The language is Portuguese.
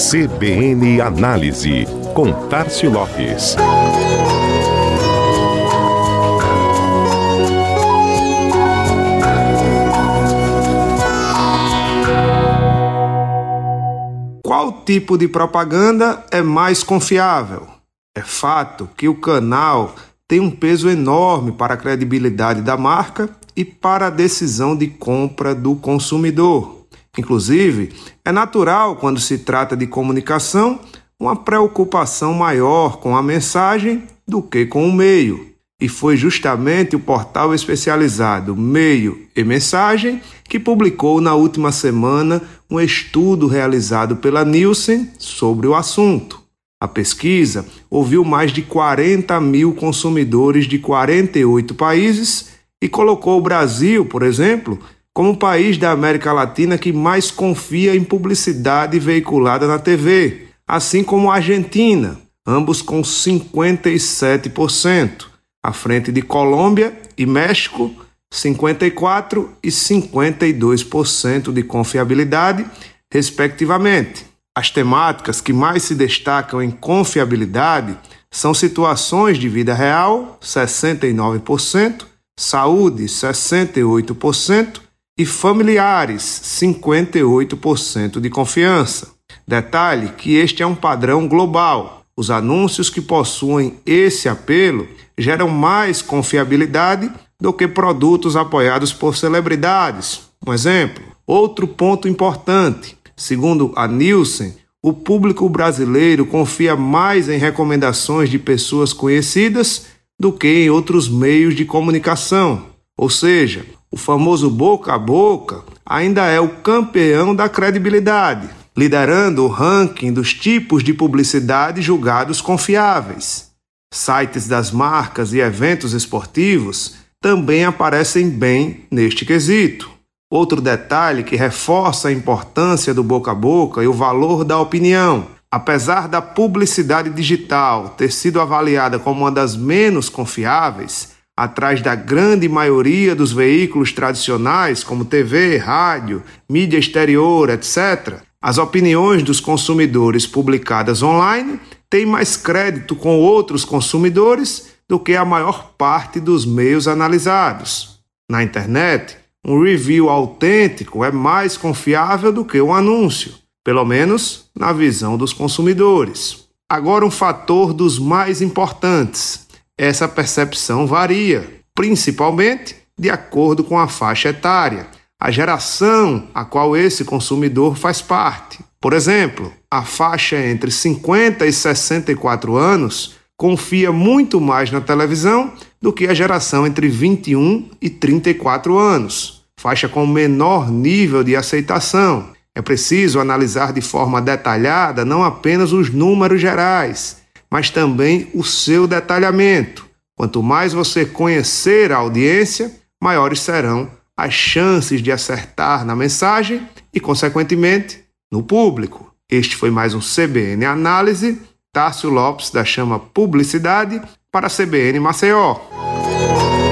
CBN Análise, com Tárcio Lopes. Qual tipo de propaganda é mais confiável? É fato que o canal tem um peso enorme para a credibilidade da marca e para a decisão de compra do consumidor. Inclusive, é natural, quando se trata de comunicação, uma preocupação maior com a mensagem do que com o meio. E foi justamente o portal especializado Meio e Mensagem que publicou na última semana um estudo realizado pela Nielsen sobre o assunto. A pesquisa ouviu mais de 40 mil consumidores de 48 países e colocou o Brasil, por exemplo, como o país da América Latina que mais confia em publicidade veiculada na TV, assim como a Argentina, ambos com 57%, à frente de Colômbia e México, 54% e 52% de confiabilidade, respectivamente. As temáticas que mais se destacam em confiabilidade são situações de vida real, 69%, saúde, 68%, e familiares, 58% de confiança. Detalhe que este é um padrão global. Os anúncios que possuem esse apelo geram mais confiabilidade do que produtos apoiados por celebridades. Um exemplo. Outro ponto importante. Segundo a Nielsen, o público brasileiro confia mais em recomendações de pessoas conhecidas do que em outros meios de comunicação. Ou seja, o famoso boca a boca ainda é o campeão da credibilidade, liderando o ranking dos tipos de publicidade julgados confiáveis. Sites das marcas e eventos esportivos também aparecem bem neste quesito. Outro detalhe que reforça a importância do boca a boca e o valor da opinião. Apesar da publicidade digital ter sido avaliada como uma das menos confiáveis, atrás da grande maioria dos veículos tradicionais, como TV, rádio, mídia exterior, etc., as opiniões dos consumidores publicadas online têm mais crédito com outros consumidores do que a maior parte dos meios analisados. Na internet, um review autêntico é mais confiável do que um anúncio, pelo menos na visão dos consumidores. Agora, um fator dos mais importantes. Essa percepção varia, principalmente de acordo com a faixa etária, a geração a qual esse consumidor faz parte. Por exemplo, a faixa entre 50 e 64 anos confia muito mais na televisão do que a geração entre 21 e 34 anos, faixa com menor nível de aceitação. É preciso analisar de forma detalhada não apenas os números gerais, mas também o seu detalhamento. Quanto mais você conhecer a audiência, maiores serão as chances de acertar na mensagem e, consequentemente, no público. Este foi mais um CBN Análise. Tárcio Lopes, da Chama Publicidade, para a CBN Maceió.